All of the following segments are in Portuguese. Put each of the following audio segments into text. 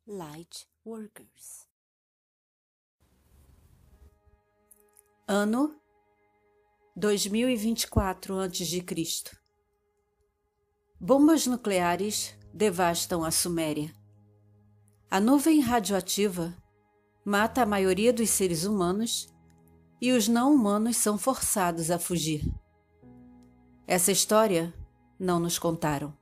Light Workers. Ano 2024 a.C. Bombas nucleares devastam a Suméria. A nuvem radioativa mata a maioria dos seres humanos e os não-humanos são forçados a fugir. Essa história não nos contaram.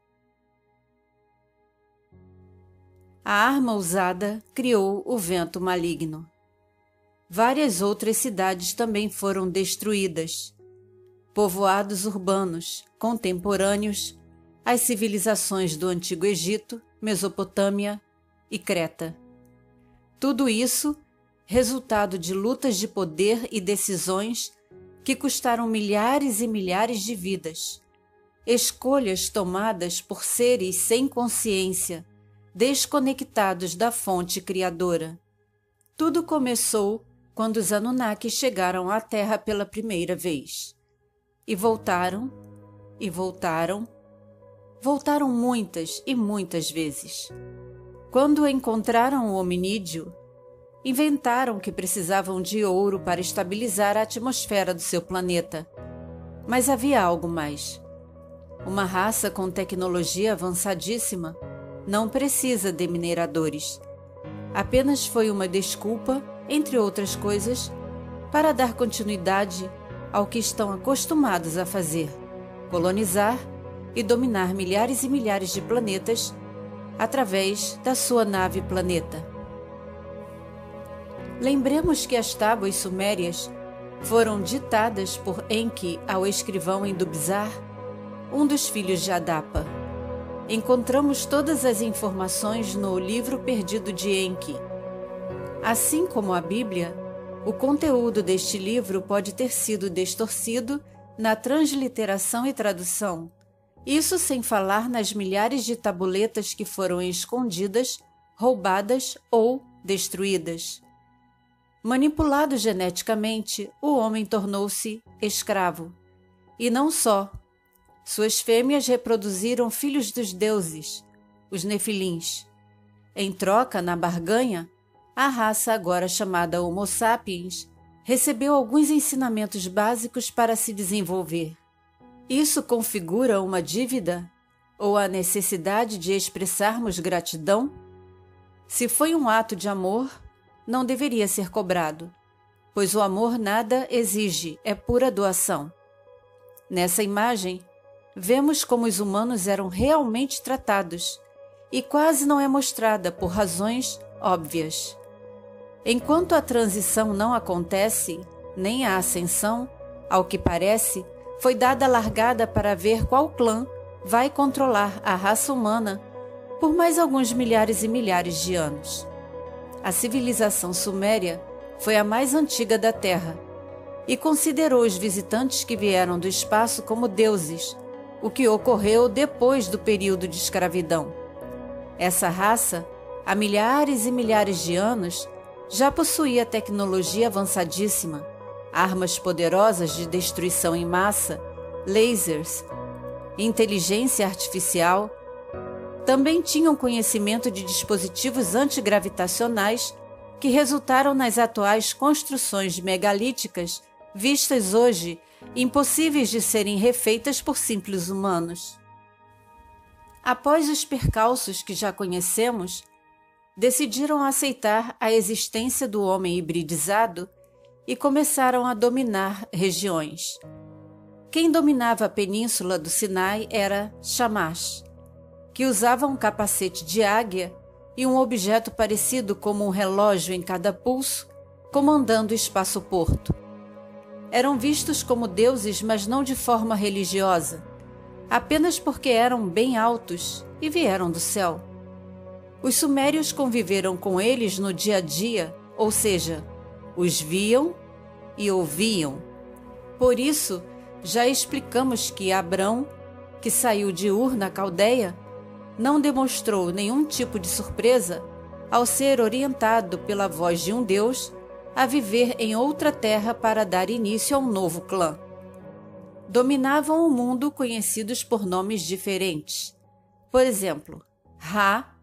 A arma usada criou o vento maligno. Várias outras cidades também foram destruídas. Povoados urbanos, contemporâneos, às civilizações do Antigo Egito, Mesopotâmia e Creta. Tudo isso resultado de lutas de poder e decisões que custaram milhares e milhares de vidas. Escolhas tomadas por seres sem consciência, desconectados da fonte criadora. Tudo começou quando os Anunnaki chegaram à Terra pela primeira vez. E voltaram, e voltaram, voltaram muitas e muitas vezes. Quando encontraram o hominídeo, inventaram que precisavam de ouro para estabilizar a atmosfera do seu planeta. Mas havia algo mais. Uma raça com tecnologia avançadíssima não precisa de mineradores. Apenas foi uma desculpa, entre outras coisas, para dar continuidade ao que estão acostumados a fazer: colonizar e dominar milhares e milhares de planetas através da sua nave planeta. Lembremos que as tábuas sumérias foram ditadas por Enki ao escrivão Indubizar, um dos filhos de Adapa. Encontramos todas as informações no Livro Perdido de Enki. Assim como a Bíblia, o conteúdo deste livro pode ter sido distorcido na transliteração e tradução, isso sem falar nas milhares de tabuletas que foram escondidas, roubadas ou destruídas. Manipulado geneticamente, o homem tornou-se escravo. E não só. Suas fêmeas reproduziram filhos dos deuses, os Nefilins. Em troca, na barganha, a raça agora chamada Homo sapiens recebeu alguns ensinamentos básicos para se desenvolver. Isso configura uma dívida ou a necessidade de expressarmos gratidão? Se foi um ato de amor, não deveria ser cobrado, pois o amor nada exige, é pura doação. Nessa imagem, vemos como os humanos eram realmente tratados e quase não é mostrada por razões óbvias. Enquanto a transição não acontece, nem a ascensão, ao que parece, foi dada a largada para ver qual clã vai controlar a raça humana por mais alguns milhares e milhares de anos. A civilização suméria foi a mais antiga da Terra e considerou os visitantes que vieram do espaço como deuses, o que ocorreu depois do período de escravidão. Essa raça, há milhares e milhares de anos, já possuía tecnologia avançadíssima, armas poderosas de destruição em massa, lasers, inteligência artificial. Também tinham conhecimento de dispositivos antigravitacionais que resultaram nas atuais construções megalíticas vistas hoje impossíveis de serem refeitas por simples humanos. Após os percalços que já conhecemos, decidiram aceitar a existência do homem hibridizado e começaram a dominar regiões. Quem dominava a península do Sinai era Shamash, que usava um capacete de águia e um objeto parecido como um relógio em cada pulso, comandando o espaço-porto. Eram vistos como deuses, mas não de forma religiosa, apenas porque eram bem altos e vieram do céu. Os sumérios conviveram com eles no dia a dia, ou seja, os viam e ouviam. Por isso, já explicamos que Abrão, que saiu de Ur na Caldeia, não demonstrou nenhum tipo de surpresa ao ser orientado pela voz de um deus a viver em outra terra para dar início a um novo clã. Dominavam o mundo conhecidos por nomes diferentes. Por exemplo, Ra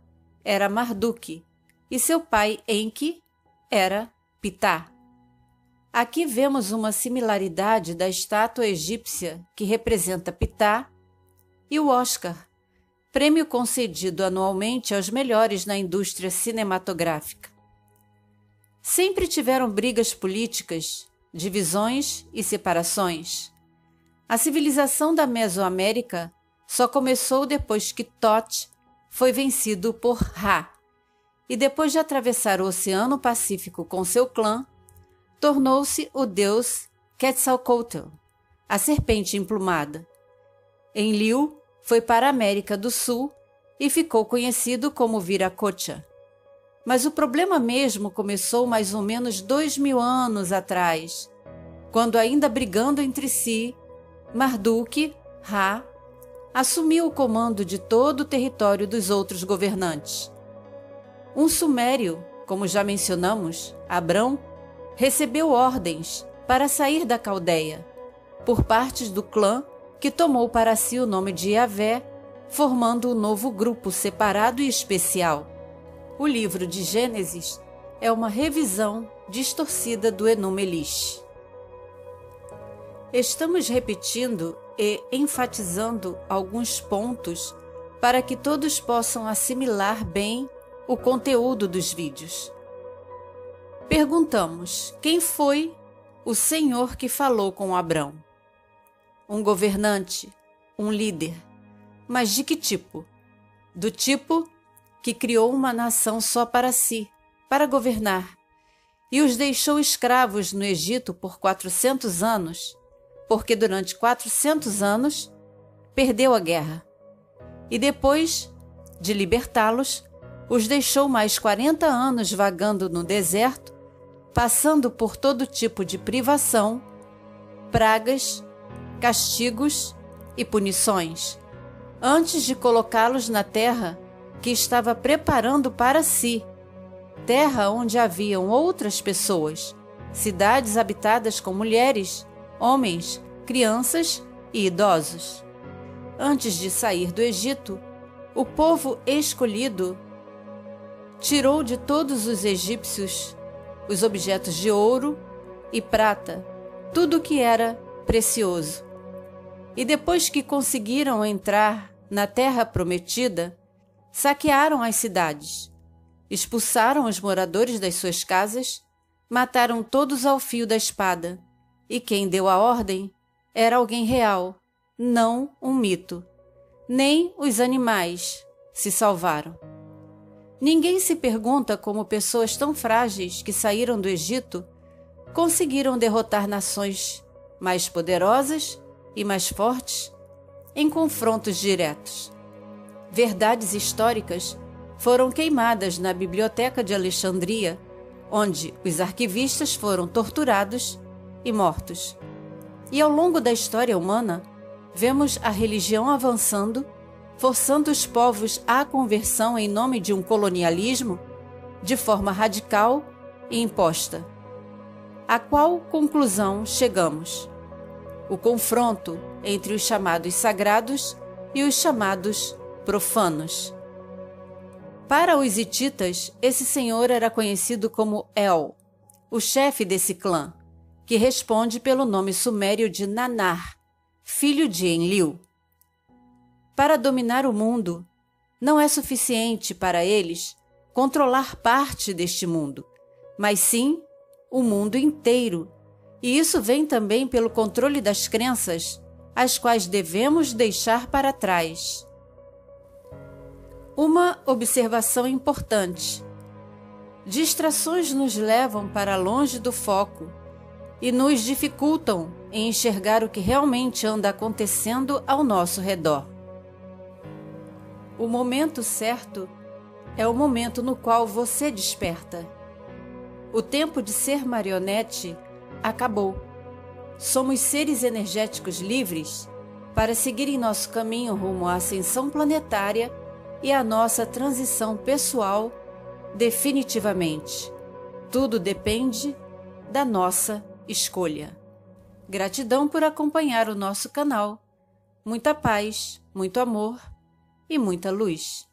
era Marduk e seu pai Enki era Ptah. Aqui vemos uma similaridade da estátua egípcia que representa Ptah e o Oscar, prêmio concedido anualmente aos melhores na indústria cinematográfica. Sempre tiveram brigas políticas, divisões e separações. A civilização da Mesoamérica só começou depois que Thoth foi vencido por Ra, e depois de atravessar o Oceano Pacífico com seu clã, tornou-se o deus Quetzalcóatl, a serpente emplumada. Enlil foi para a América do Sul e ficou conhecido como Viracocha. Mas o problema mesmo começou mais ou menos 2000 anos atrás, quando, ainda brigando entre si, Marduk, Ra, assumiu o comando de todo o território dos outros governantes. Um sumério, como já mencionamos, Abrão, recebeu ordens para sair da Caldeia, por partes do clã que tomou para si o nome de Yahvé, formando um novo grupo separado e especial. O livro de Gênesis é uma revisão distorcida do Enuma Elish. Estamos repetindo e enfatizando alguns pontos para que todos possam assimilar bem o conteúdo dos vídeos. Perguntamos: quem foi o Senhor que falou com Abrão? Um governante, um líder. Mas de que tipo? Do tipo que criou uma nação só para si, para governar, e os deixou escravos no Egito por 400 anos, porque durante 400 anos perdeu a guerra. E depois de libertá-los, os deixou mais 40 anos vagando no deserto, passando por todo tipo de privação, pragas, castigos e punições, antes de colocá-los na terra que estava preparando para si, terra onde haviam outras pessoas, cidades habitadas com mulheres, homens, crianças e idosos. Antes de sair do Egito, o povo escolhido tirou de todos os egípcios os objetos de ouro e prata, tudo que era precioso. E depois que conseguiram entrar na terra prometida, saquearam as cidades, expulsaram os moradores das suas casas, mataram todos ao fio da espada, e quem deu a ordem era alguém real, não um mito. Nem os animais se salvaram. Ninguém se pergunta como pessoas tão frágeis que saíram do Egito conseguiram derrotar nações mais poderosas e mais fortes em confrontos diretos. Verdades históricas foram queimadas na Biblioteca de Alexandria, onde os arquivistas foram torturados e mortos. E ao longo da história humana, vemos a religião avançando, forçando os povos à conversão em nome de um colonialismo de forma radical e imposta. A qual conclusão chegamos? O confronto entre os chamados sagrados e os chamados profanos. Para os hititas, esse senhor era conhecido como El, o chefe desse clã, que responde pelo nome sumério de Nanar, filho de Enlil. Para dominar o mundo, não é suficiente para eles controlar parte deste mundo, mas sim o mundo inteiro. E isso vem também pelo controle das crenças, as quais devemos deixar para trás. Uma observação importante: distrações nos levam para longe do foco e nos dificultam em enxergar o que realmente anda acontecendo ao nosso redor. O momento certo é o momento no qual você desperta. O tempo de ser marionete acabou. Somos seres energéticos livres para seguir em nosso caminho rumo à ascensão planetária e à nossa transição pessoal definitivamente. Tudo depende da nossa escolha. Gratidão por acompanhar o nosso canal. Muita paz, muito amor e muita luz.